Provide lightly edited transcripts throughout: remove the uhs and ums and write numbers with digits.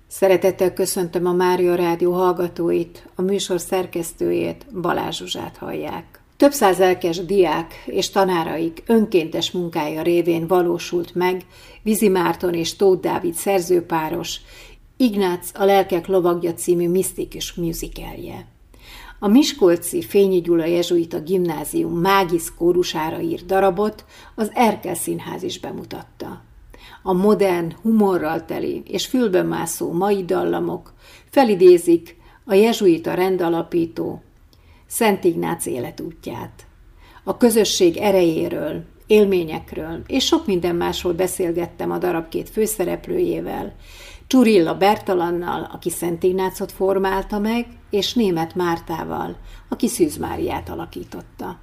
Szeretettel köszöntöm a Mária Rádió hallgatóit, a műsor szerkesztőjét, Balázs Zsuzsát hallják. Több száz lelkes diák és tanáraik önkéntes munkája révén valósult meg Vizi Márton és Tóth Dávid szerzőpáros, Ignác a lelkek lovagja című misztikus musicalje. A miskolci Fényi Gyula jezsuita gimnázium Mágisz kórusára írt darabot az Erkel Színház is bemutatta. A modern, humorral teli és fülbemászó mai dallamok felidézik a jezsuita rendalapító Szent Ignác életútját. A közösség erejéről, élményekről és sok minden másról beszélgettem a darab két főszereplőjével, Csurilla Bertalannal, aki Szent Ignácot formálta meg, és Németh Mártával, aki Szűz Máriát alakította.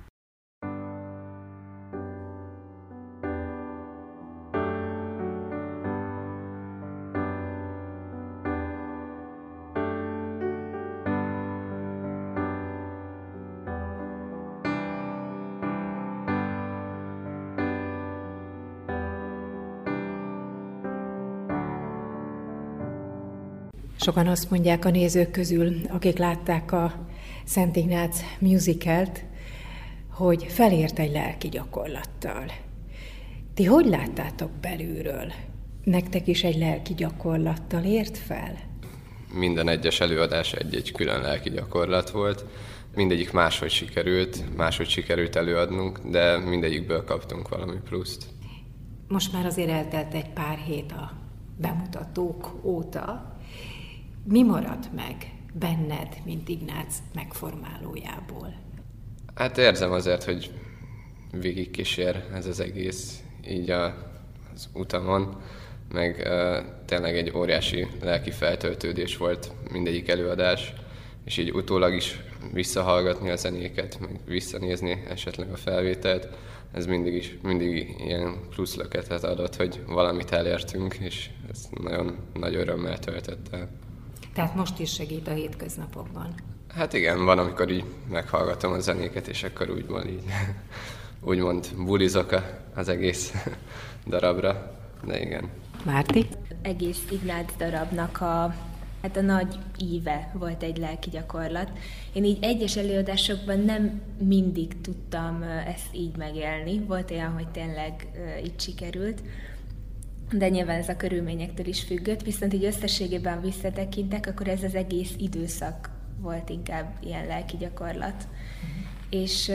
Sokan azt mondják a nézők közül, akik látták a Szent Ignác musicalt, hogy felért egy lelki gyakorlattal. Ti hogy láttátok belülről? Nektek is egy lelki gyakorlattal ért fel? Minden egyes előadás egy külön lelki gyakorlat volt. Mindegyik máshogy sikerült előadnunk, de mindegyikből kaptunk valami pluszt. Most már azért eltelt egy pár hét a bemutatók óta. Mi maradt meg benned, mint Ignác megformálójából? Hát érzem azért, hogy végigkísér ez az egész így az utamon, meg tényleg egy óriási lelki feltöltődés volt mindegyik előadás, és így utólag is visszahallgatni a zenéket, meg visszanézni esetleg a felvételt, ez mindig ilyen plusz löketet adott, hogy valamit elértünk, és ez nagyon nagy örömmel töltött el. Tehát most is segít a hétköznapokban? Hát igen, van, amikor így meghallgatom a zenéket, és akkor úgymond bulizok az egész darabra, de igen. Márti? Egész Ignác darabnak a nagy íve volt egy lelki gyakorlat. Én így egyes előadásokban nem mindig tudtam ezt így megélni. Volt olyan, hogy tényleg így sikerült, de nyilván ez a körülményektől is függött, viszont így összességében visszatekintek, akkor ez az egész időszak volt inkább ilyen lelki gyakorlat. És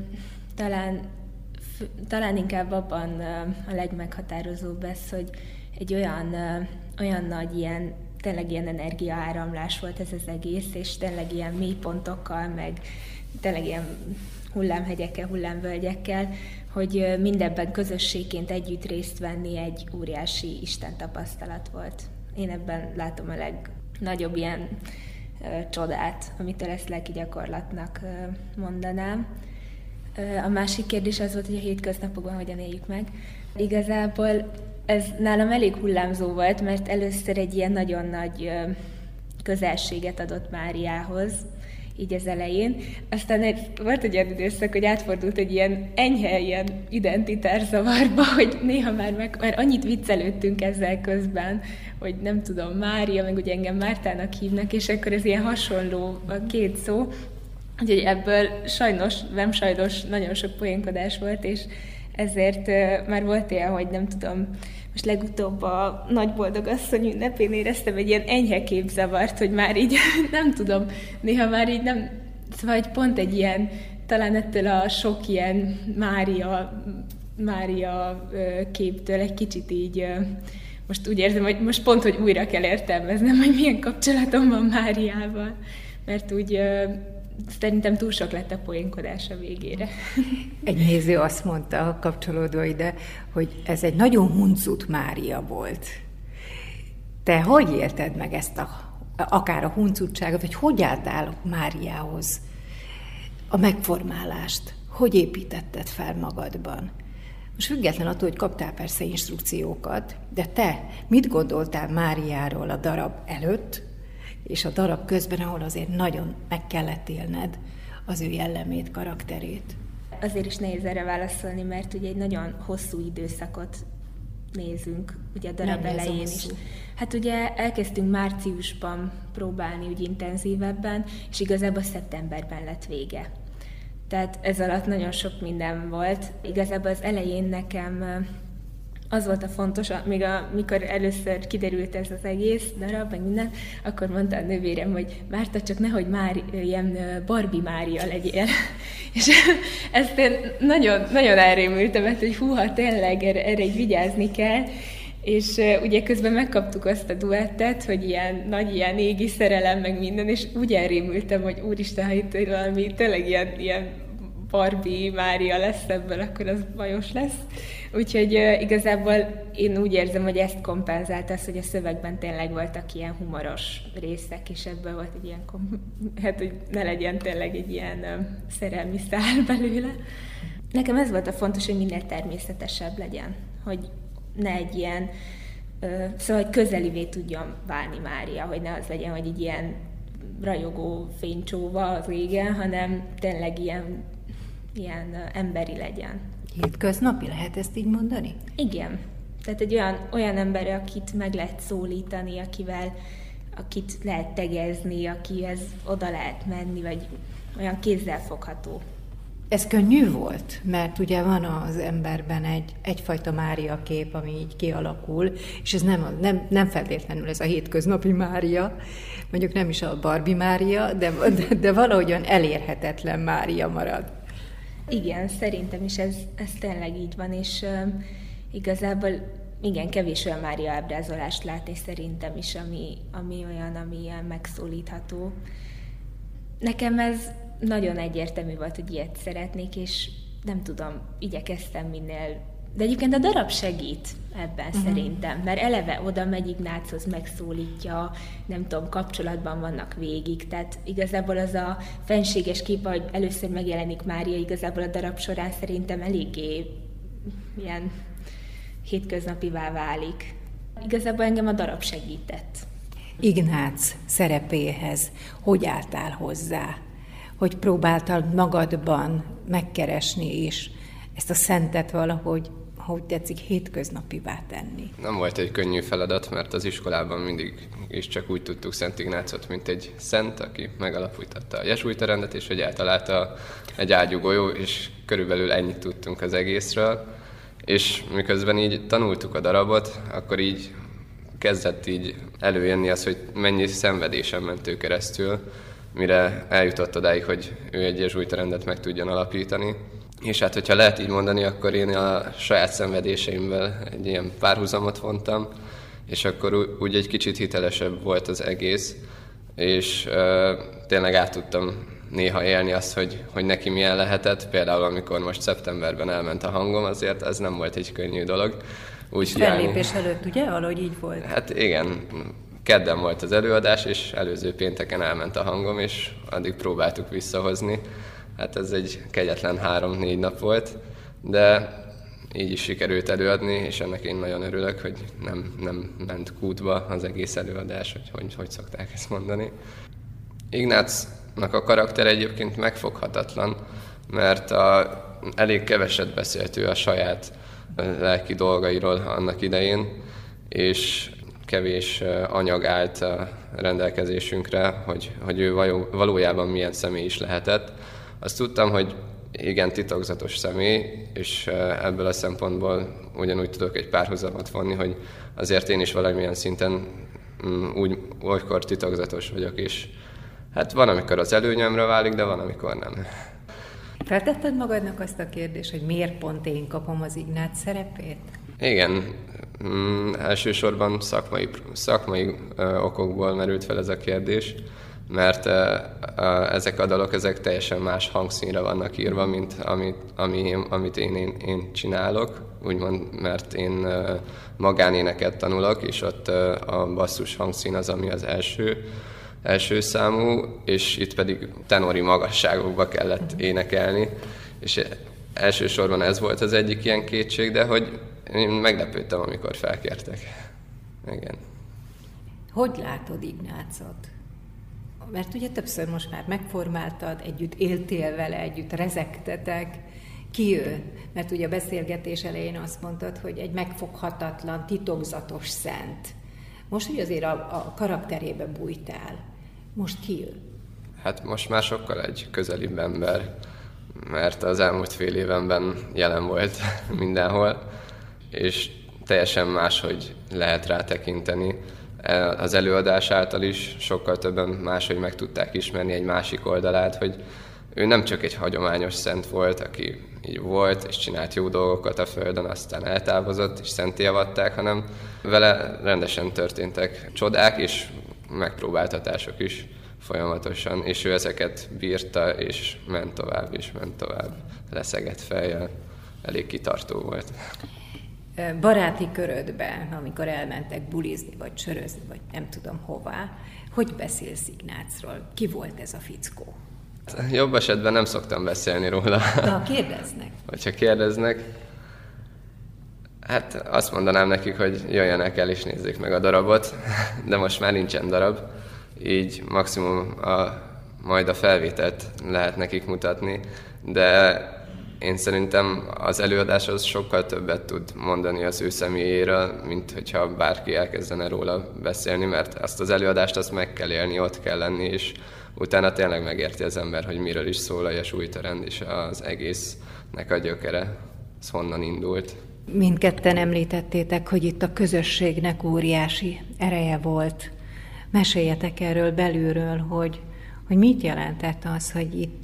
talán inkább abban a legmeghatározóbb ez, hogy egy olyan nagy tényleg ilyen energiaáramlás volt ez az egész, és tényleg ilyen mélypontokkal, meg tényleg ilyen hullámhegyekkel, hullámvölgyekkel, hogy mindebben közösségként együtt részt venni egy óriási Isten tapasztalat volt. Én ebben látom a legnagyobb ilyen csodát, amitől ezt lelki gyakorlatnak mondanám. A másik kérdés az volt, hogy a hétköznapokban hogyan éljük meg. Igazából ez nálam elég hullámzó volt, mert először egy ilyen nagyon nagy közelséget adott Máriához, így az elején. Aztán volt egy olyan időszak, hogy átfordult egy ilyen enyhe ilyen identitárzavarba, hogy néha már annyit viccelődtünk ezzel közben, hogy nem tudom, Mária, meg ugye engem Mártának hívnak, és akkor ez ilyen hasonló a két szó, úgyhogy ebből sajnos nagyon sok poénkodás volt, és ezért már volt ilyen, hogy nem tudom, most legutóbb a Nagyboldogasszony ünnepén éreztem egy ilyen enyhe képzavart, hogy már így nem tudom, néha már így nem, szóval pont egy ilyen, talán ettől a sok ilyen Mária képtől egy kicsit így, most úgy érzem, hogy most pont, hogy újra kell értelmeznem, hogy milyen kapcsolatom van Máriával, mert úgy szerintem túl sok lett a poénkodás a végére. Egy néző azt mondta, kapcsolódva ide, hogy ez egy nagyon huncut Mária volt. Te hogy élted meg ezt akár a huncutságot, vagy hogy álltál Máriához a megformálást? Hogy építetted fel magadban? Most független attól, hogy kaptál persze instrukciókat, de te mit gondoltál Máriáról a darab előtt, és a darab közben, ahol azért nagyon meg kellett élned az ő jellemét, karakterét? Azért is nehéz erre válaszolni, mert ugye egy nagyon hosszú időszakot nézünk, ugye a darab elején is. Hát ugye elkezdtünk márciusban próbálni úgy intenzívebben, és igazából szeptemberben lett vége. Tehát ez alatt nagyon sok minden volt. Igazából az elején nekem az volt a fontos, mikor először kiderült ez az egész darab, meg minden, akkor mondta a nővérem, hogy Márta, csak nehogy már ilyen Barbie Mária legyél. És ezt én nagyon, nagyon elrémültem, mert hogy húha, tényleg erre így vigyázni kell. És ugye közben megkaptuk azt a duettet, hogy ilyen nagy ilyen égi szerelem, meg minden, és úgy elrémültem, hogy úristen, ha itt valami tényleg ilyen Barbie Mária lesz ebből, akkor az bajos lesz. Úgyhogy igazából én úgy érzem, hogy ezt kompenzálta az, hogy a szövegben tényleg voltak ilyen humoros részek, és ebből volt egy ilyen, hát hogy ne legyen tényleg egy ilyen szerelmi szál belőle. Nekem ez volt a fontos, hogy minél természetesebb legyen, hogy ne egy ilyen, szóval hogy közelivé tudjon válni Mária, hogy ne az legyen, hogy egy ilyen rajogó fénycsóva az égen, hanem tényleg ilyen emberi legyen. Hétköznapi, lehet ezt így mondani? Igen. Tehát egy olyan ember, akit meg lehet szólítani, akit lehet tegezni, akihez oda lehet menni, vagy olyan kézzelfogható. Ez könnyű volt, mert ugye van az emberben egyfajta Mária kép, ami így kialakul, és ez nem feltétlenül ez a hétköznapi Mária, mondjuk nem is a Barbie Mária, de valahogyan elérhetetlen Mária marad. Igen, szerintem is ez tényleg így van, és igazából igen, kevés olyan Mária ábrázolást látni szerintem is, ami olyan, ami ilyen megszólítható. Nekem ez nagyon egyértelmű volt, hogy ilyet szeretnék, és nem tudom, igyekeztem minél. De egyébként a darab segít ebben szerintem, mert eleve oda megy Ignáchoz, megszólítja, nem tudom, kapcsolatban vannak végig, tehát igazából az a fenséges kép, ahogy először megjelenik Mária, igazából a darab során szerintem eléggé ilyen hétköznapivá válik. Igazából engem a darab segített. Ignác szerepéhez hogy álltál hozzá? Hogy próbáltál magadban megkeresni és ezt a szentet valahogy, hogy tetszik, hétköznapivá tenni? Nem volt egy könnyű feladat, mert az iskolában mindig is csak úgy tudtuk Szent Ignácot, mint egy szent, aki megalapította a jezsuita-rendet, és hogy eltalálta egy ágyúgolyó, és körülbelül ennyit tudtunk az egészről. És miközben így tanultuk a darabot, akkor így kezdett így előjönni az, hogy mennyi szenvedésen ment ő keresztül, mire eljutott odáig, hogy ő egy jezsuita-rendet meg tudjon alapítani. És hát, hogyha lehet így mondani, akkor én a saját szenvedéseimmel egy ilyen párhuzamot vontam, és akkor úgy egy kicsit hitelesebb volt az egész, és tényleg át tudtam néha élni azt, hogy neki milyen lehetett. Például amikor most szeptemberben elment a hangom, azért ez nem volt egy könnyű dolog. És fellépés előtt, ugye? Valahogy így volt? Hát igen, kedden volt az előadás, és előző pénteken elment a hangom, és addig próbáltuk visszahozni. Hát ez egy kegyetlen 3-4 nap volt, de így is sikerült előadni, és ennek én nagyon örülök, hogy nem ment kútba az egész előadás, hogy szokták ezt mondani. Ignácnak a karakter egyébként megfoghatatlan, mert elég keveset beszélt ő a saját lelki dolgairól annak idején, és kevés anyag állt a rendelkezésünkre, hogy ő valójában milyen személy is lehetett. Azt tudtam, hogy igen, titokzatos személy, és ebből a szempontból ugyanúgy tudok egy párhuzamot vonni, hogy azért én is valamilyen szinten olykor titokzatos vagyok, és hát van, amikor az előnyömre válik, de van, amikor nem. Feltetted magadnak azt a kérdést, hogy miért pont én kapom az Ignác szerepét? Igen, elsősorban szakmai okokból merült fel ez a kérdés, mert ezek a dalok ezek teljesen más hangszínre vannak írva, mint amit én csinálok, úgymond, mert én magánéneket tanulok, és ott a basszus hangszín az, ami az első számú, és itt pedig tenori magasságokba kellett énekelni, és elsősorban ez volt az egyik ilyen kétség, de hogy én meglepődtem, amikor felkértek. Igen. Hogy látod Ignácot? Mert ugye többször most már megformáltad, együtt éltél vele, együtt rezegtetek. Ki ő? Mert ugye a beszélgetés elején azt mondtad, hogy egy megfoghatatlan, titokzatos szent. Most ugye azért a karakterébe bújtál. Most ki ő? Hát most már sokkal egy közelibb ember, mert az elmúlt fél évenben jelen volt mindenhol, és teljesen máshogy lehet rá tekinteni. Az előadás által is sokkal többen máshogy meg tudták ismerni egy másik oldalát, hogy ő nem csak egy hagyományos szent volt, aki így volt, és csinált jó dolgokat a földön, aztán eltávozott, és szenté avatták, hanem vele rendesen történtek csodák és megpróbáltatások is folyamatosan, és ő ezeket bírta, és ment tovább, leszegett fejjel, elég kitartó volt. Baráti körödben, amikor elmentek bulizni, vagy csörözni, vagy nem tudom hová, hogy beszélsz Ignácról? Ki volt ez a fickó? Jobb esetben nem szoktam beszélni róla. De ha kérdeznek? Hogyha kérdeznek, hát azt mondanám nekik, hogy jöjjenek el és nézzék meg a darabot, de most már nincsen darab, így maximum majd a felvételt lehet nekik mutatni, de én szerintem az előadás az sokkal többet tud mondani az ő személyéről, mint hogyha bárki elkezdene róla beszélni, mert azt az előadást azt meg kell élni, ott kell lenni, és utána tényleg megérti az ember, hogy miről is szól a Jesújta-rend, és az egésznek a gyökere, az honnan indult. Mindketten említettétek, hogy itt a közösségnek óriási ereje volt. Meséljetek erről belülről, hogy mit jelentett az, hogy itt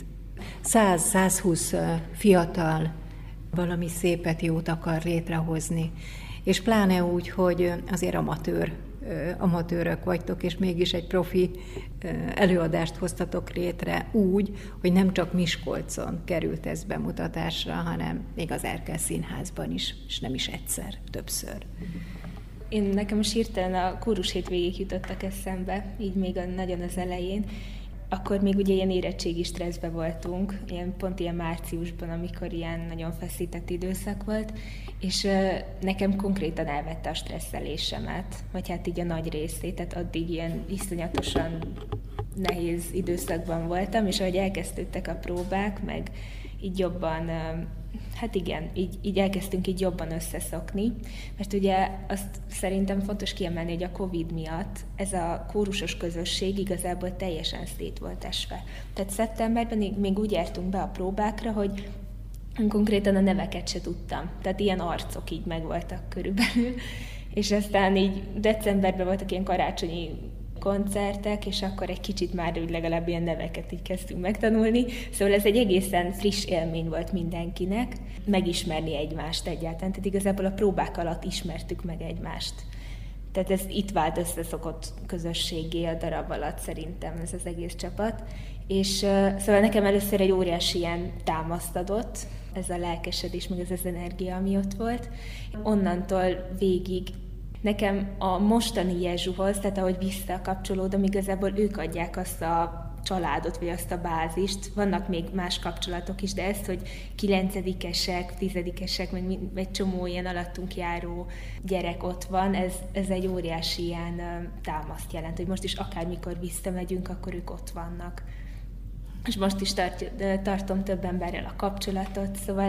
100-120 fiatal valami szépet, jót akar létrehozni. És pláne úgy, hogy azért amatőrök vagytok, és mégis egy profi előadást hoztatok létre úgy, hogy nem csak Miskolcon került ez bemutatásra, hanem még az Erkel Színházban is, és nem is egyszer, többször. Nekem most hirtelen a kórus hétvégék jutottak eszembe, így még nagyon az elején. Akkor még ugye ilyen érettségi stresszben voltunk, pont ilyen márciusban, amikor ilyen nagyon feszített időszak volt, és nekem konkrétan elvette a stresszelésemet, vagy hát így a nagy részét, tehát addig ilyen iszonyatosan nehéz időszakban voltam, és ahogy elkezdődtek a próbák, meg így jobban, hát igen, így elkezdtünk így jobban összeszokni, mert ugye azt szerintem fontos kiemelni, hogy a Covid miatt ez a kórusos közösség igazából teljesen szét volt esve. Tehát szeptemberben még úgy jártunk be a próbákra, hogy konkrétan a neveket se tudtam. Tehát ilyen arcok így megvoltak körülbelül, és aztán így decemberben voltak ilyen karácsonyi koncertek, és akkor egy kicsit már úgy legalább ilyen neveket így kezdtünk megtanulni. Szóval ez egy egészen friss élmény volt mindenkinek, megismerni egymást egyáltalán. Tehát igazából a próbák alatt ismertük meg egymást. Tehát ez itt vált összeszokott közösségé a darab alatt szerintem ez az egész csapat. És szóval nekem először egy óriási ilyen támaszt adott, ez a lelkesedés, meg ez az energia, ami ott volt. Onnantól végig nekem a mostani Jezsuhoz, tehát ahogy visszakapcsolódom, igazából ők adják azt a családot, vagy azt a bázist. Vannak még más kapcsolatok is, de ezt, hogy 9-esek, 10-esek, meg egy csomó ilyen alattunk járó gyerek ott van, ez egy óriási ilyen támaszt jelent, hogy most is akármikor visszamegyünk, akkor ők ott vannak. És most is tartom több emberrel a kapcsolatot, szóval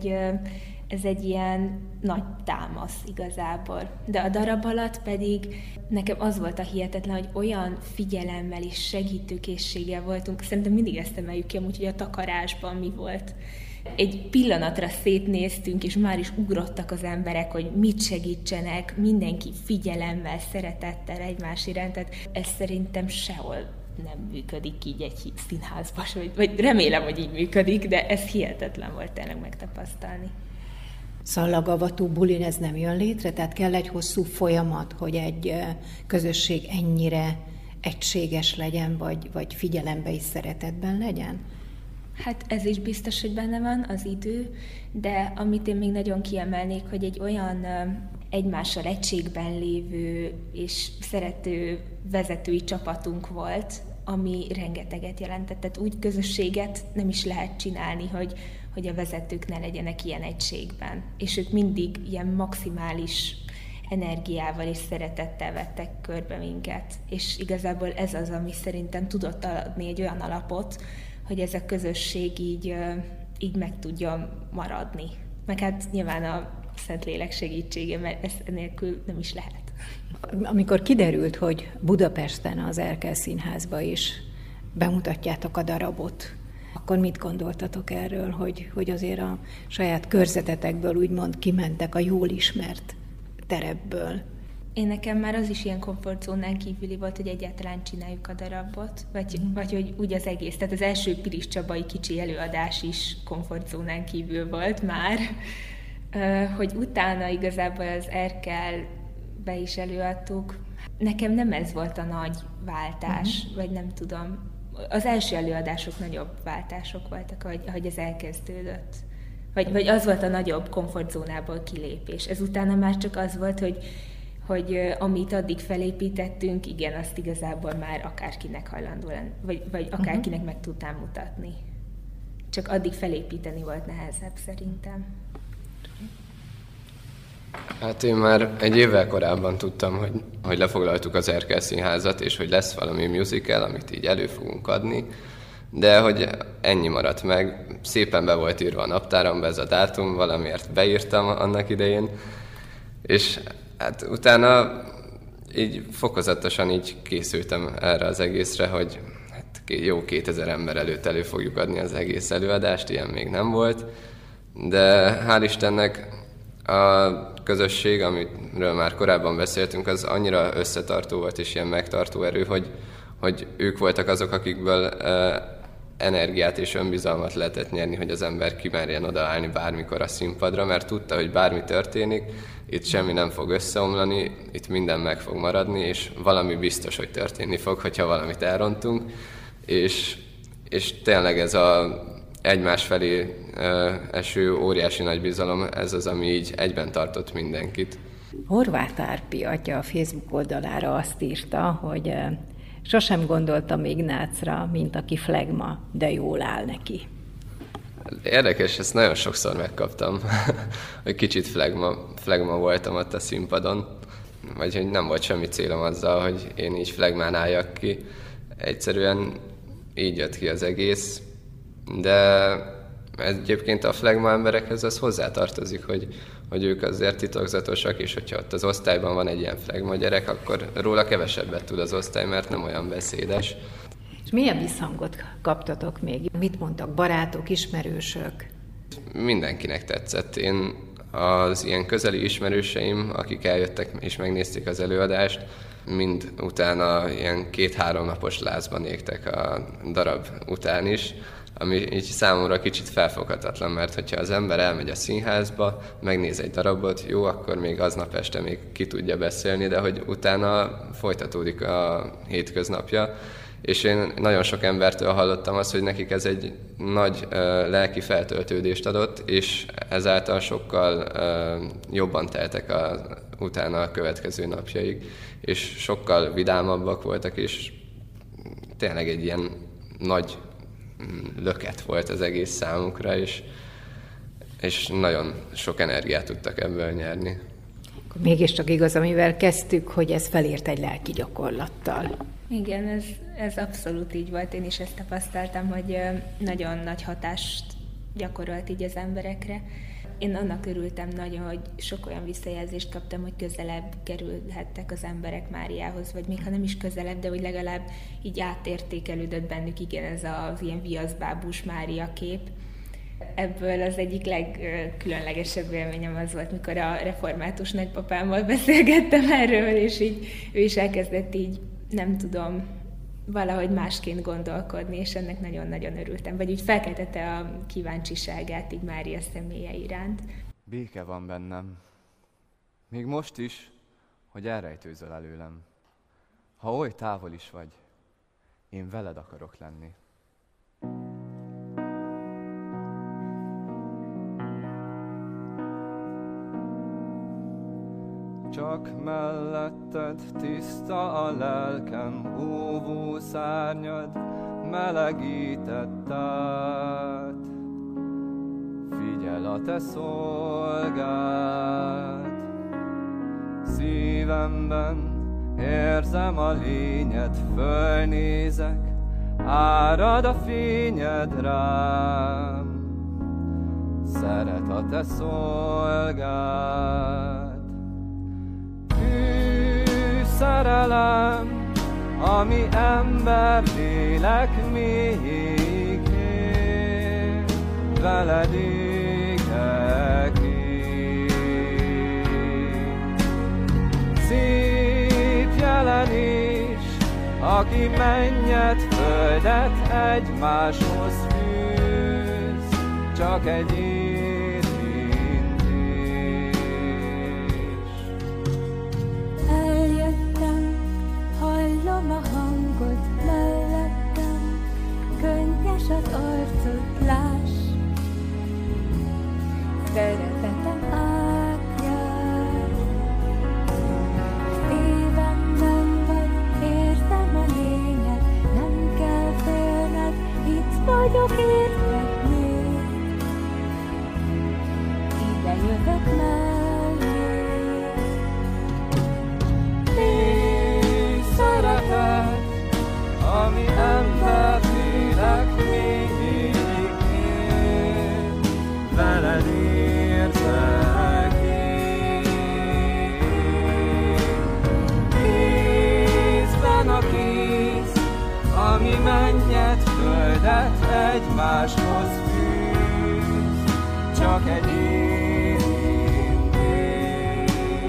ez egy ilyen nagy támasz igazából. De a darab alatt pedig nekem az volt a hihetetlen, hogy olyan figyelemmel és segítőkészséggel voltunk, szerintem mindig ezt emeljük ki, amúgy, hogy a takarásban mi volt. Egy pillanatra szétnéztünk, és már is ugrottak az emberek, hogy mit segítsenek, mindenki figyelemmel, szeretettel egymás iránt, tehát ez szerintem sehol nem működik így egy színházban, vagy remélem, hogy így működik, de ez hihetetlen volt tényleg megtapasztalni. Szallagavató bulin ez nem jön létre? Tehát kell egy hosszú folyamat, hogy egy közösség ennyire egységes legyen, vagy figyelembe és szeretetben legyen? Hát ez is biztos, hogy benne van az idő, de amit én még nagyon kiemelnék, hogy egy olyan egymással egységben lévő és szerető vezetői csapatunk volt, ami rengeteget jelentett. Tehát úgy közösséget nem is lehet csinálni, hogy a vezetők ne legyenek ilyen egységben. És ők mindig ilyen maximális energiával és szeretettel vettek körbe minket. És igazából ez az, ami szerintem tudott adni egy olyan alapot, hogy ez a közösség így így meg tudjon maradni. Meg hát nyilván a Szentlélek segítsége, mert ezt nélkül nem is lehet. Amikor kiderült, hogy Budapesten az Erkel Színházba is bemutatjátok a darabot, akkor mit gondoltatok erről, hogy azért a saját körzetetekből úgymond kimentek a jól ismert terepből? Nekem már az is ilyen komfortzónán kívüli volt, hogy egyáltalán csináljuk a darabot, vagy hogy úgy az egész. Tehát az első Pilis Csabai kicsi előadás is komfortzónán kívül volt már, hogy utána igazából az Erkelbe is előadtuk. Nekem nem ez volt a nagy váltás, vagy nem tudom. Az első előadások nagyobb váltások voltak, ahogy ez elkezdődött. Vagy az volt a nagyobb komfortzónából kilépés. Ez utána már csak az volt, hogy amit addig felépítettünk, igen, azt igazából már akárkinek hajlandó lenne, vagy akárkinek meg tudnám mutatni. Csak addig felépíteni volt nehezebb szerintem. Hát én már egy évvel korábban tudtam, hogy lefoglaltuk az Erkel Színházat, és hogy lesz valami musical, amit így elő fogunk adni, de hogy ennyi maradt meg. Szépen be volt írva a naptáramba ez a dátum, valamiért beírtam annak idején, és hát utána így fokozatosan így készültem erre az egészre, hogy hát jó 2000 ember előtt elő fogjuk adni az egész előadást, ilyen még nem volt, de hál' Istennek a közösség, amiről már korábban beszéltünk, az annyira összetartó volt és ilyen megtartó erő, hogy ők voltak azok, akikből energiát és önbizalmat lehetett nyerni, hogy az ember kimerjen odaállni bármikor a színpadra, mert tudta, hogy bármi történik, itt semmi nem fog összeomlani, itt minden meg fog maradni, és valami biztos, hogy történni fog, hogyha valamit elrontunk, és tényleg ez a egymás felé eső óriási nagy bizalom, ez az, ami így egyben tartott mindenkit. Horváth Árpi atya a Facebook oldalára azt írta, hogy sosem gondoltam Ignácra, mint aki flegma, de jól áll neki. Érdekes, ezt nagyon sokszor megkaptam, hogy kicsit flegma voltam ott a színpadon, vagy hogy nem volt semmi célom azzal, hogy én így flegmán álljak ki. Egyszerűen így jött ki az egész, de egyébként a flegma emberekhez az hozzátartozik, hogy ők azért titokzatosak, és hogyha ott az osztályban van egy ilyen flegma gyerek, akkor róla kevesebbet tud az osztály, mert nem olyan beszédes. És milyen visszhangot kaptatok még? Mit mondtak barátok, ismerősök? Mindenkinek tetszett. Én az ilyen közeli ismerőseim, akik eljöttek és megnézték az előadást, mind utána ilyen 2-3 napos lázban égtek a darab után is, ami így számomra kicsit felfoghatatlan, mert hogyha az ember elmegy a színházba, megnéz egy darabot, jó, akkor még aznap este még ki tudja beszélni, de hogy utána folytatódik a hétköznapja, és én nagyon sok embertől hallottam azt, hogy nekik ez egy nagy lelki feltöltődést adott, és ezáltal sokkal jobban teltek utána a következő napjaig, és sokkal vidámabbak voltak, és tényleg egy ilyen nagy löket volt az egész számukra, és nagyon sok energiát tudtak ebből nyerni. Akkor mégiscsak igaz, amivel kezdtük, hogy ez felért egy lelki gyakorlattal. Igen, ez abszolút így volt. Én is ezt tapasztaltam, hogy nagyon nagy hatást gyakorolt így az emberekre. Én annak örültem nagyon, hogy sok olyan visszajelzést kaptam, hogy közelebb kerülhettek az emberek Máriához, vagy még ha nem is közelebb, de hogy legalább így átértékelődött bennük, igen, ez az ilyen viaszbábús Mária kép. Ebből az egyik legkülönlegesebb élményem az volt, mikor a református nagypapámmal beszélgettem erről, és így ő is elkezdett így, nem tudom, valahogy másként gondolkodni, és ennek nagyon-nagyon örültem. Vagy úgy felkeltette a kíváncsiságát így Mária személye iránt. Béke van bennem. Még most is, hogy elrejtőzöl előlem. Ha oly távol is vagy, én veled akarok lenni. Csak melletted tiszta a lelkem, óvó szárnyad melegített át. Figyel a te szolgád, szívemben érzem a lényed, fölnézek, árad a fényed rám. szeret a te szolgád. Hű szerelem, ami ember lélek mélyig ér, veled égek én. Szép jelenés, aki mennyet, földet egymáshoz fűz, csak egy érintés. Eljöttem, hallom a hangod mellettem, könnyes az arcod, láss, szeretetem átjár. Szívemben vagy, érzem a lényed, nem kell félned, itt vagyok érted még. Ide jövök mellé. Mély szeretet, ami ember lélek mélyig ér, veled érzek én. Kézben a kéz, ami mennyet, földet egymáshoz fűz, csak egy érintés.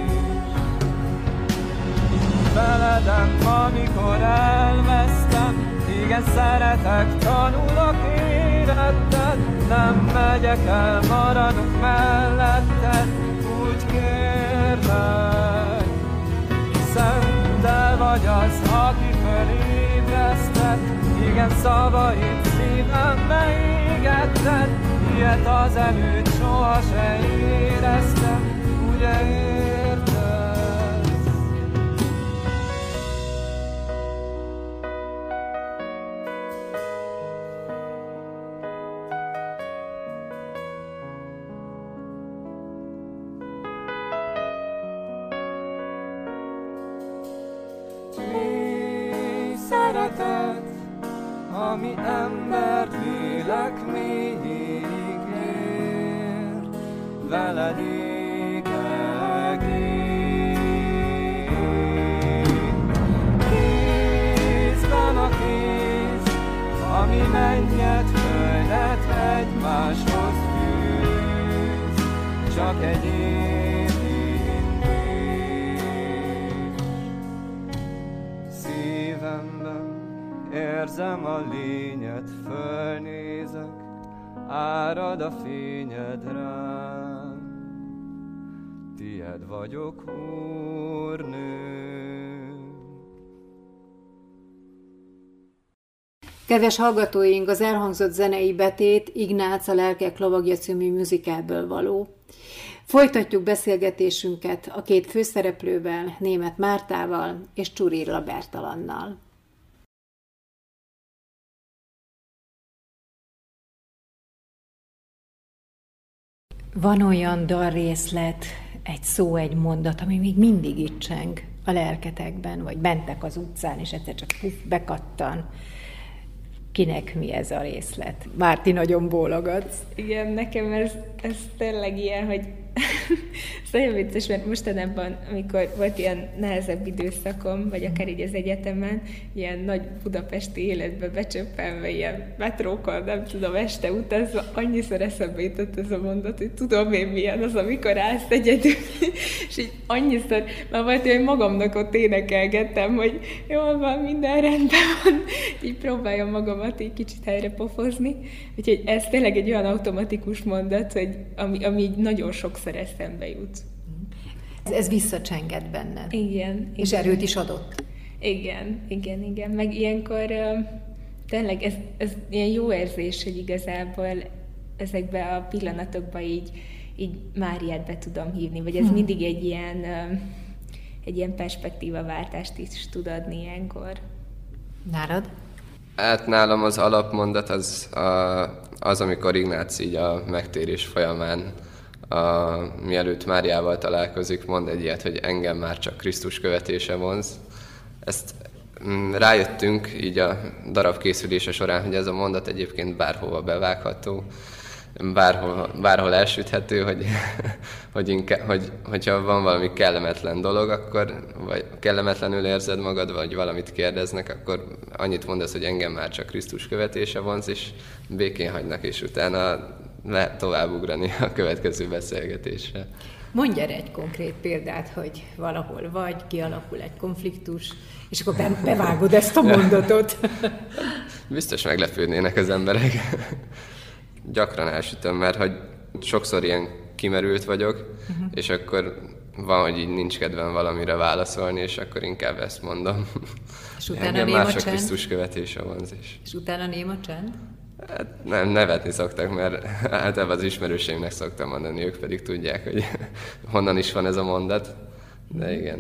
Feledem, amikor elvesztem, igen szeretek, tanulok éretted, nem megyek el, maradok melletted, úgy kérlek, hiszen te vagy az, aki fölébreszted, igen szavaid szívembe égetted, ilyet az előtt soha se éreztem, ugye értesz? Szeretet, ami ember lélek mélyig ér, veled égek én. Kézben a kéz, ami mennyet, földet egymáshoz fűz, csak egy érintés. Szívemben érzem a lényed, fölnézek, árad a fényed rám. Tied vagyok, Úrnőm. Kedves hallgatóink, az elhangzott zenei betét Ignác a Lelkek lovagja című musicalből való. Folytatjuk beszélgetésünket a két főszereplővel, Németh Mártával és Csurilla Bertalannal. Van olyan dalrészlet, egy szó, egy mondat, ami még mindig itt cseng a lelketekben, vagy mentek az utcán, és egyszer csak puff, bekattan. Kinek mi ez a részlet? Márti, nagyon bólogatsz. Igen, nekem ez tényleg ilyen, hogy ez nagyon vicces, mert mostanában, amikor volt ilyen nehezebb időszakom, vagy akár így az egyetemen, ilyen nagy budapesti életbe becsöppelve, ilyen metrókkal, nem tudom, este utazva, annyiszor eszembe jutott ez a mondat, hogy tudom én milyen az, amikor állsz egyedül, és így annyiszor, már volt, hogy magamnak ott énekelgettem, hogy jól van, minden rendben van, így próbáljam magamat így kicsit helyre pofozni, úgyhogy ez tényleg egy olyan automatikus mondat, hogy ami így nagyon sokszor eszembe jut. Ez visszacsenged benned. Igen. És igen. erőt is adott. Igen. Meg ilyenkor tényleg ez ilyen jó érzés, hogy igazából ezekben a pillanatokban így Máriát be tudom hívni, vagy ez mindig egy ilyen perspektívaváltást is tud adni ilyenkor. Nálad? Hát nálam az alapmondat az amikor Ignác így a megtérés folyamán, mielőtt Máriával találkozik, mond egy ilyet, hogy engem már csak Krisztus követése vonz. Ezt rájöttünk így a darab készülése során, hogy ez a mondat egyébként bárhova bevágható. bárhol elsüthető, hogyha van valami kellemetlen dolog, akkor, vagy kellemetlenül érzed magad, vagy valamit kérdeznek, akkor annyit mondasz, hogy engem már csak Krisztus követése vonz, és békén hagynak, és utána lehet tovább ugrani a következő beszélgetésre. Mondj erre egy konkrét példát, hogy valahol vagy, kialakul egy konfliktus, és akkor bevágod ezt a mondatot. Biztos meglepődnének az emberek. Gyakran elsütöm, mert hogy sokszor ilyen kimerült vagyok, és akkor van, hogy így nincs kedvem valamire válaszolni, és akkor inkább ezt mondom. És utána engem néma már csak csend? Krisztus követése vonzás. És utána néma csend? Hát nem, nevetni szoktak, mert általában az ismerőseimnek szoktam mondani, ők pedig tudják, hogy honnan is van ez a mondat, de igen.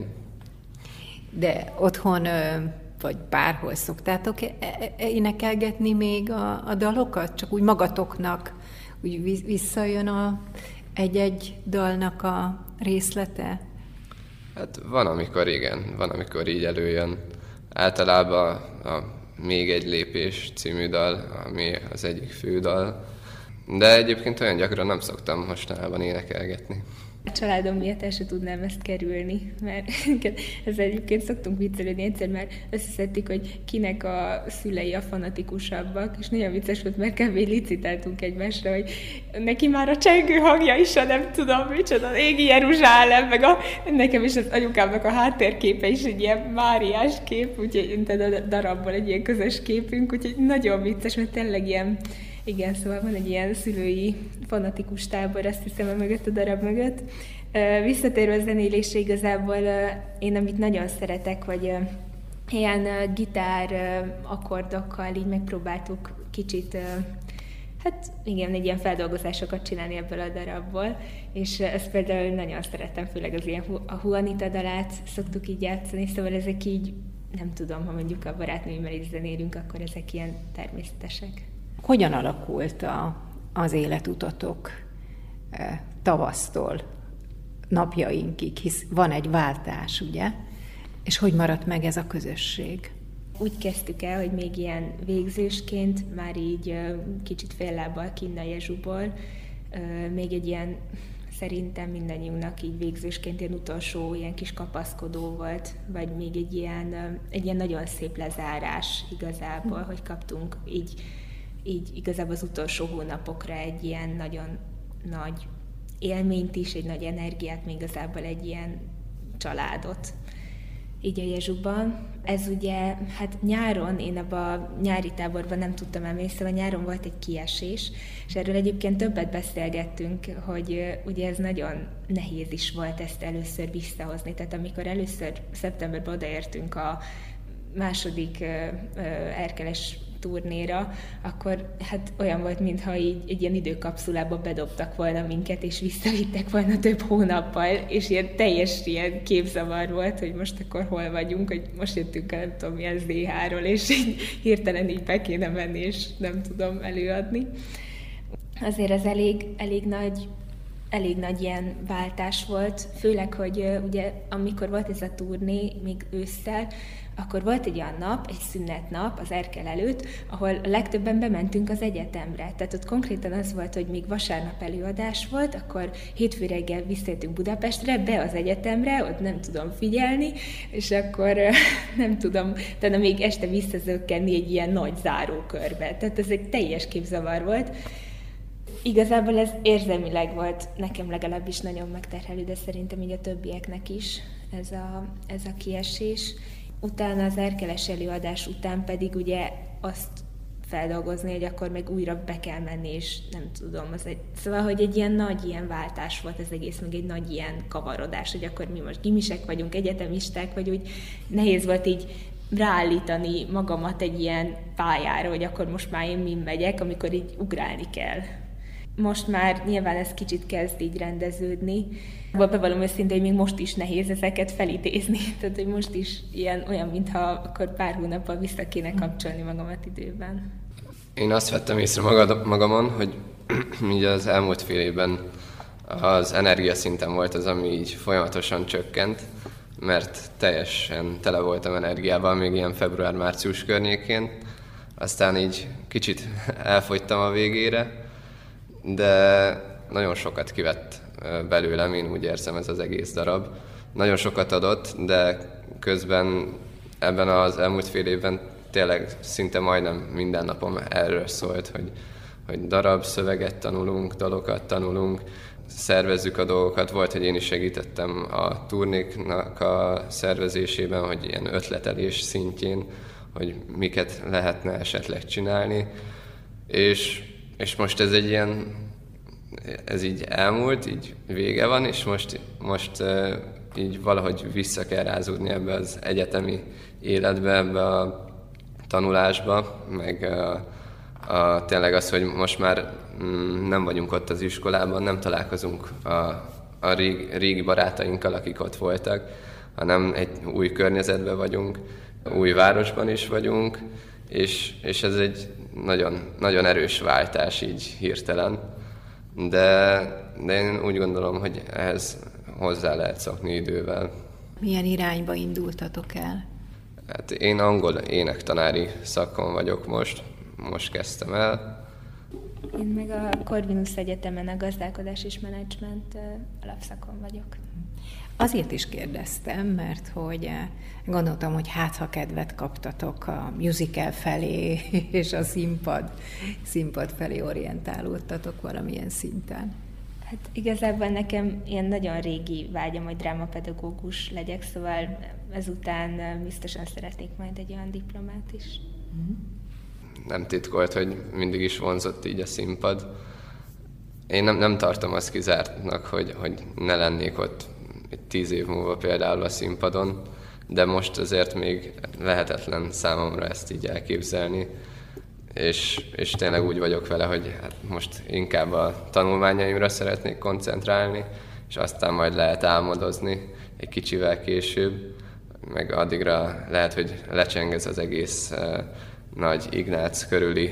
De otthon vagy bárhol szoktátok énekelgetni még a dalokat? Csak úgy magatoknak úgy visszajön egy-egy dalnak a részlete? Hát van, amikor igen, van, amikor így előjön. Általában a Még egy lépés című dal, ami az egyik fő dal, de egyébként olyan gyakran nem szoktam mostanában énekelgetni. A családom miatt el sem tudnám ezt kerülni, mert ezzel egyébként szoktunk viccelődni, egyszer már összeszedtük, hogy kinek a szülei a fanatikusabbak, és nagyon vicces volt, mert kb. Licitáltunk egymásra, hogy neki már a csengő hangja is, nem tudom, micsoda, az égi Jeruzsálem, meg nekem is az anyukámnak a háttérképe is egy ilyen máriás kép, úgyhogy a darabból egy ilyen közös képünk, úgyhogy nagyon vicces, mert tényleg ilyen. Igen, szóval van egy ilyen szülői fanatikus tábor, azt hiszem, mögött a darab mögött. Visszatérve a zenélésre igazából én amit nagyon szeretek, hogy ilyen gitár akkordokkal így megpróbáltuk kicsit, hát igen, egy ilyen feldolgozásokat csinálni ebből a darabból, és ezt például nagyon szeretem, főleg az ilyen a Juanita dalát szoktuk így játszani, szóval ezek így, nem tudom, ha mondjuk a barátnőimmel is zenélünk, akkor ezek ilyen természetesek. Hogyan alakult az életutatok tavasztól napjainkig, hisz van egy váltás, ugye? És hogy maradt meg ez a közösség? Úgy kezdtük el, hogy még ilyen végzősként, már így kicsit fél lábbal kinn a Jezsuból, még egy ilyen, szerintem mindannyiunknak így végzősként ilyen utolsó ilyen kis kapaszkodó volt, vagy még egy ilyen nagyon szép lezárás igazából, hogy kaptunk így igazából az utolsó hónapokra egy ilyen nagyon nagy élményt is, egy nagy energiát, még igazából egy ilyen családot így a Jezsuban. Ez ugye, hát nyáron, én abban a nyári táborban nem tudtam elmenni, szóval nyáron volt egy kiesés, és erről egyébként többet beszélgettünk, hogy ugye ez nagyon nehéz is volt ezt először visszahozni. Tehát amikor először szeptemberben odaértünk a második Erkeles turnéra, akkor hát olyan volt, mintha így egy ilyen időkapszulába bedobtak volna minket, és visszavittek volna több hónappal, és ilyen teljes ilyen képzavar volt, hogy most akkor hol vagyunk, hogy most jöttünk el, nem tudom milyen ZH-ról, és így hirtelen így be kéne menni, és nem tudom előadni. Azért ez elég nagy ilyen váltás volt, főleg, hogy ugye amikor volt ez a turné, még ősszel, akkor volt egy olyan nap, egy szünnetnap az Erkel előtt, ahol a legtöbben bementünk az egyetemre. Tehát ott konkrétan az volt, hogy még vasárnap előadás volt, akkor hétfő reggel visszajöttünk Budapestre, be az egyetemre, ott nem tudom figyelni, és akkor nem tudom, tehát még este visszazökkenni egy ilyen nagy zárókörbe. Tehát ez egy teljes képzavar volt. Igazából ez érzelmileg volt nekem legalábbis nagyon megterhelő, de szerintem így a többieknek is ez a kiesés. Utána az Erkeles előadás után pedig ugye azt feldolgozni, hogy akkor meg újra be kell menni, és nem tudom, szóval, hogy egy ilyen nagy ilyen váltás volt az egész, meg egy nagy ilyen kavarodás, hogy akkor mi most gimisek vagyunk, egyetemisták, vagy úgy nehéz volt így ráállítani magamat egy ilyen pályára, hogy akkor most már én mind megyek, amikor így ugrálni kell. Most már nyilván ez kicsit kezd így rendeződni. Bevallom őszintén, hogy még most is nehéz ezeket felidézni. Tehát, hogy most is olyan, mintha akkor pár hónappal vissza kéne kapcsolni magamat időben. Én azt vettem észre magamon, hogy így az elmúlt fél évben az energiaszintem volt az, ami így folyamatosan csökkent, mert teljesen tele voltam energiával még ilyen február-március környékén. Aztán így kicsit elfogytam a végére, de nagyon sokat kivett belőlem, én úgy érzem, ez az egész darab. Nagyon sokat adott, de közben ebben az elmúlt fél évben tényleg szinte majdnem minden napom erről szólt, hogy darab, szöveget tanulunk, dalokat tanulunk, szervezzük a dolgokat. Volt, hogy én is segítettem a turnéknak a szervezésében, hogy ilyen ötletelés szintjén, hogy miket lehetne esetleg csinálni. És most ez egy ilyen, ez így elmúlt, így vége van, és most így valahogy vissza kell rázódni ebbe az egyetemi életbe, ebbe a tanulásba, meg tényleg az, hogy most már nem vagyunk ott az iskolában, nem találkozunk a régi barátainkkal, akik ott voltak, hanem egy új környezetben vagyunk, új városban is vagyunk, és ez egy nagyon, nagyon erős váltás így hirtelen. De én úgy gondolom, hogy ehhez hozzá lehet szokni idővel. Milyen irányba indultatok el? Hát én angol énektanári szakon vagyok most kezdtem el. Én meg a Corvinus Egyetemen a gazdálkodás és menedzsment alapszakon vagyok. Azért is kérdeztem, mert hogy gondoltam, hogy hát ha kedvet kaptatok a musical felé, és a színpad felé orientálódtatok valamilyen szinten. Hát igazából nekem ilyen nagyon régi vágyam, hogy drámapedagógus legyek, szóval ezután biztosan szeretnék majd egy olyan diplomát is. Nem titkolt, hogy mindig is vonzott így a színpad. Én nem tartom azt kizártnak, hogy ne lennék ott 10 év múlva például a színpadon, de most azért még lehetetlen számomra ezt így elképzelni, és tényleg úgy vagyok vele, hogy hát most inkább a tanulmányaimra szeretnék koncentrálni, és aztán majd lehet álmodozni egy kicsivel később, meg addigra lehet, hogy lecseng az egész nagy Ignác körüli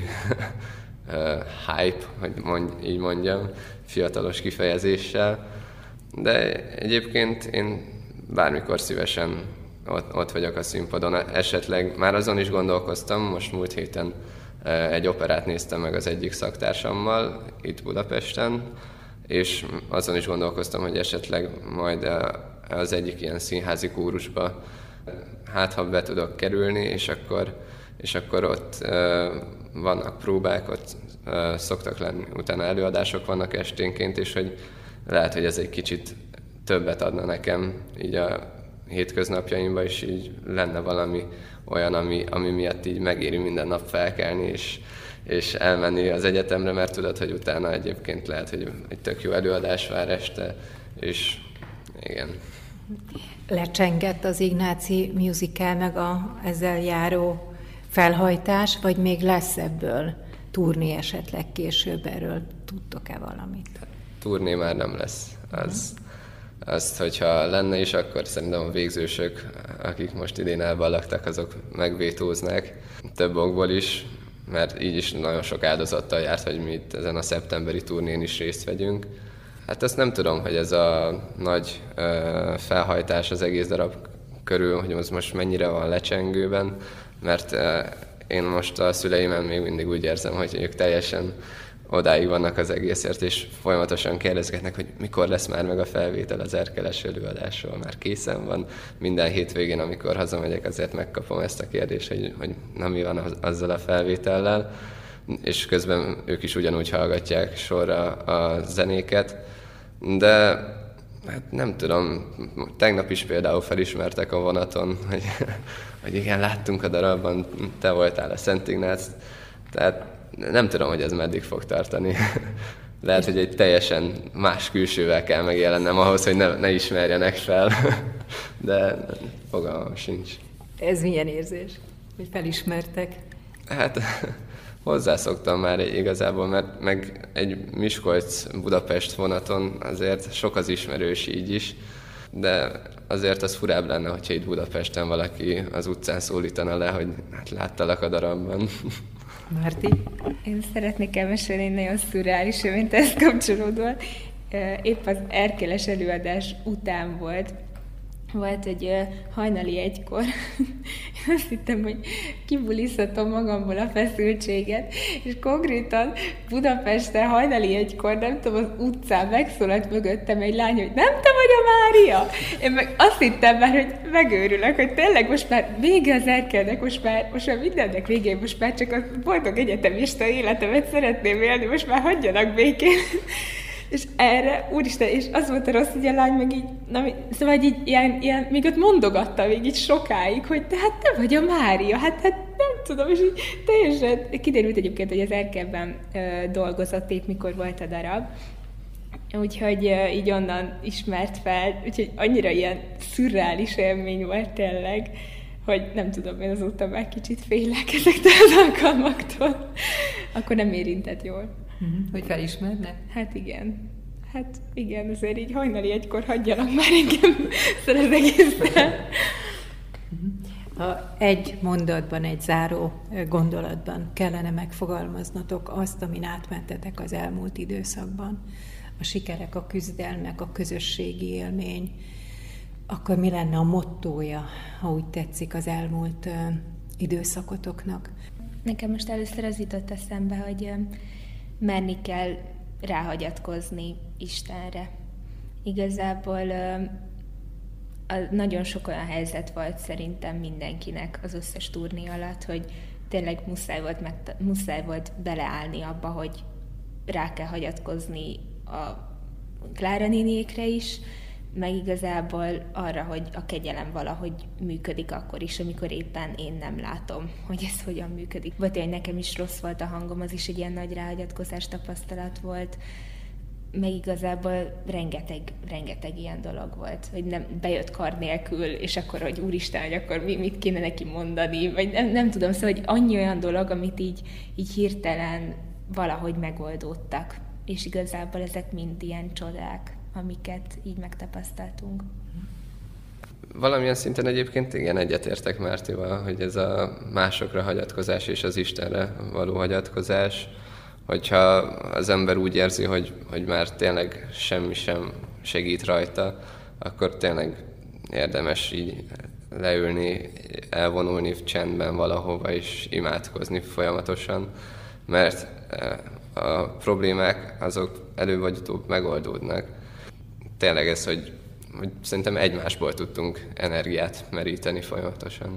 hype, hogy így mondjam, fiatalos kifejezéssel. De egyébként én bármikor szívesen ott vagyok a színpadon. Esetleg már azon is gondolkoztam, most múlt héten egy operát néztem meg az egyik szaktársammal itt Budapesten, és azon is gondolkoztam, hogy esetleg majd az egyik ilyen színházi kórusba hát ha be tudok kerülni, és akkor ott vannak próbák, ott szoktak lenni, utána előadások vannak esténként, és hogy lehet, hogy ez egy kicsit többet adna nekem így a hétköznapjaimban, és így lenne valami olyan, ami miatt így megéri minden nap felkelni, és elmenni az egyetemre, mert tudod, hogy utána egyébként lehet, hogy egy tök jó előadás vár este, és igen. Lecsengett az Ignáci musical, meg ezzel járó felhajtás, vagy még lesz ebből turné esetleg később? Erről tudtok-e valamit? Turné már nem lesz. Azt, hogyha lenne is, akkor szerintem a végzősök, akik most idén elballagtak, azok megvétóznák több okból is, mert így is nagyon sok áldozattal járt, hogy mi itt ezen a szeptemberi turnén is részt vegyünk. Hát azt nem tudom, hogy ez a nagy felhajtás az egész darab körül, hogy az most mennyire van lecsengőben, mert én most a szüleimen még mindig úgy érzem, hogy ők teljesen odáig vannak az egészért, és folyamatosan kérdezgetnek, hogy mikor lesz már meg a felvétel az Erkeles előadásról. Már készen van. Minden hétvégén, amikor hazamegyek, azért megkapom ezt a kérdést, hogy na mi van azzal a felvétellel. És közben ők is ugyanúgy hallgatják sorra a zenéket. De hát nem tudom, tegnap is például felismertek a vonaton, hogy igen, láttunk a darabban, te voltál a Szent Ignác. Tehát nem tudom, hogy ez meddig fog tartani. Lehet, hogy egy teljesen más külsővel kell megjelennem ahhoz, hogy ne ismerjenek fel. De fogalmam sincs. Ez milyen érzés, hogy felismertek? Hát hozzászoktam már igazából, mert meg egy Miskolc-Budapest vonaton azért sok az ismerős így is, de azért az furább lenne, hogyha itt Budapesten valaki az utcán szólítana le, hogy hát láttalak a darabban. Márti? Én szeretnék elmesélni nagyon szürreális mint ezt kapcsolódóan. Épp az Erkeles előadás után volt, volt, hogy hajnali 1-kor azt hittem, hogy kibulisztatom magamból a feszültséget, és konkrétan Budapesten hajnali 1-kor, nem tudom, az utcán megszólalt mögöttem egy lány, hogy nem te vagy a Mária? Én meg azt hittem már, hogy megőrülök, hogy tényleg most már vége az Erkelnek, most már mindennek végén, most már csak a boldog egyetemista életemet szeretném élni, most már hagyjanak békén. És erre, úristen, és az volt a rossz, hogy a lány meg így, szóval így ilyen, még ott mondogatta még így sokáig, hogy de hát te vagy a Mária, hát nem tudom, és így teljesen, kiderült egyébként, hogy az Erkelben dolgozott épp, mikor volt a darab, úgyhogy így onnan ismert fel, úgyhogy annyira ilyen szürreális élmény volt tényleg, hogy nem tudom, én azóta már kicsit félek ezektől az alkalmaktól. Akkor nem érintett jól. Hogy felismerne? Hát igen, azért így hajnali 1-kor hagyjanak már engem az egészben. Ha egy mondatban, egy záró gondolatban kellene megfogalmaznotok azt, amin átmentetek az elmúlt időszakban, a sikerek, a küzdelmek, a közösségi élmény, akkor mi lenne a mottója, ha úgy tetszik, az elmúlt időszakotoknak? Nekem most először az jutott eszembe, hogy merni kell ráhagyatkozni Istenre. Igazából nagyon sok olyan helyzet volt szerintem mindenkinek az összes turné alatt, hogy tényleg muszáj volt beleállni abba, hogy rá kell hagyatkozni a Klára néniékre is, meg igazából arra, hogy a kegyelem valahogy működik akkor is, amikor éppen én nem látom, hogy ez hogyan működik. Vagy hogy nekem is rossz volt a hangom, az is egy ilyen nagy ráhagyatkozás tapasztalat volt, meg igazából rengeteg ilyen dolog volt, hogy nem bejött kar nélkül, és akkor, hogy úristen, hogy akkor mit kéne neki mondani, vagy nem tudom, szóval, hogy annyi olyan dolog, amit így hirtelen valahogy megoldódtak, és igazából ezek mind ilyen csodák, amiket így megtapasztaltunk. Valamilyen szinten egyébként igen, egyetértek Mártival, hogy ez a másokra hagyatkozás és az Istenre való hagyatkozás, hogyha az ember úgy érzi, hogy már tényleg semmi sem segít rajta, akkor tényleg érdemes így leülni, elvonulni csendben valahova és imádkozni folyamatosan, mert a problémák azok előbb vagy utóbb megoldódnak. Tényleg ez, hogy szerintem egymásból tudtunk energiát meríteni folyamatosan.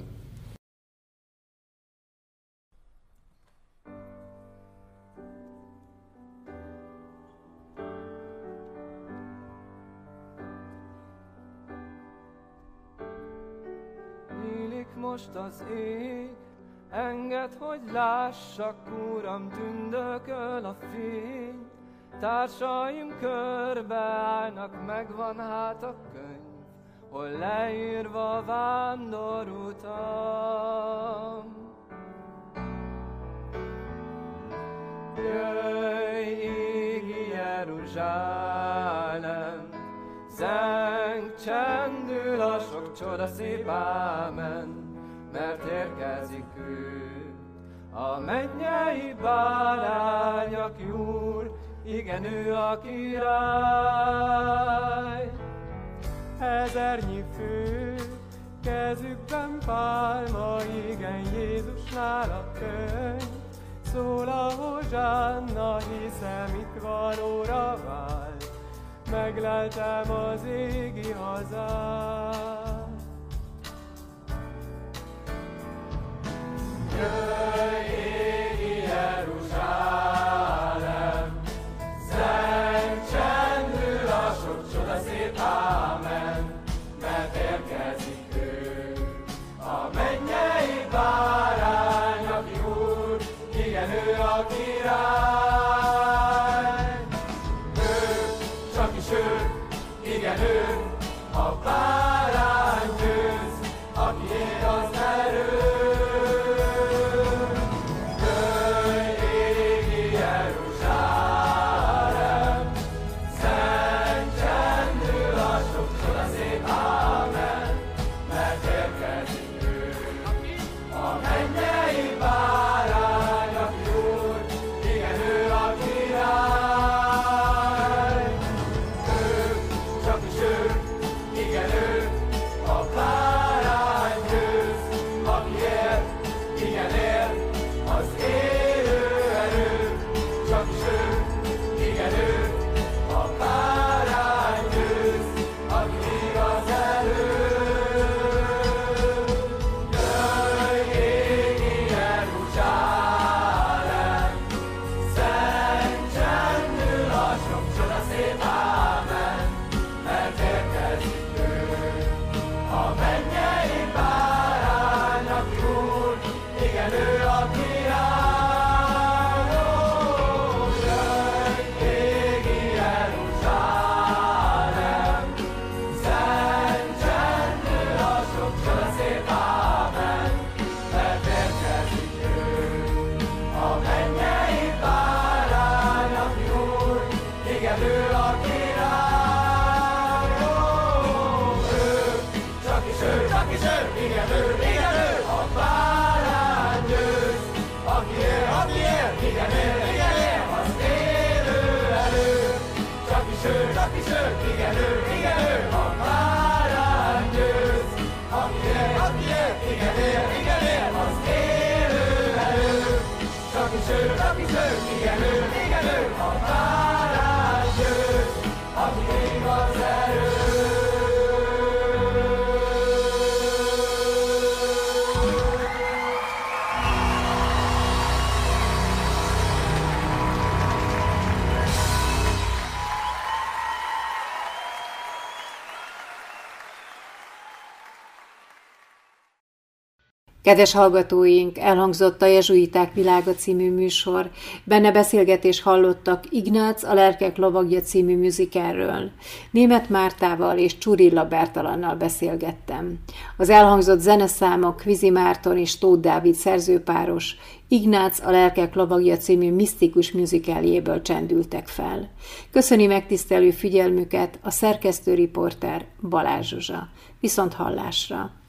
Nyílik most az ég, engedd, hogy lássak, Uram, tündököl a fény. Társaim körbe állnak, megvan hát a könyv, hol leírva vándorutam. Jöjj, égi Jeruzsálem, zeng csendül a sok csoda szép ámen, mert érkezik ő, a mennyei bárány, aki Úr, igen, ő a király. Ezernyi fő, kezükben pálma, igen, Jézusnál a könyv. Szól a hozsánna, hiszem itt valóra vált, megleltem az égi hazát. Jöjj, égi Jeruzsálem, zeng csendül a sok csoda szép ámen, mert érkezik ő, a mennyei bárány, aki Úr, igen, ő a király. Ő, csak is ő, igen, ő, a bárány győz, aki él az erő. Kedves hallgatóink, elhangzott a Jezsuiták világa című műsor. Benne beszélgetést hallottak Ignác a lelkek lovagja című musicalről. Németh Mártával és Csurilla Bertalannal beszélgettem. Az elhangzott zeneszámok Kvizi Márton és Tóth Dávid szerzőpáros Ignác a lelkek lovagja című misztikus musicaljéből csendültek fel. Köszöni megtisztelő figyelmüket a szerkesztő riporter Balázs Zsuzsa. Viszont hallásra!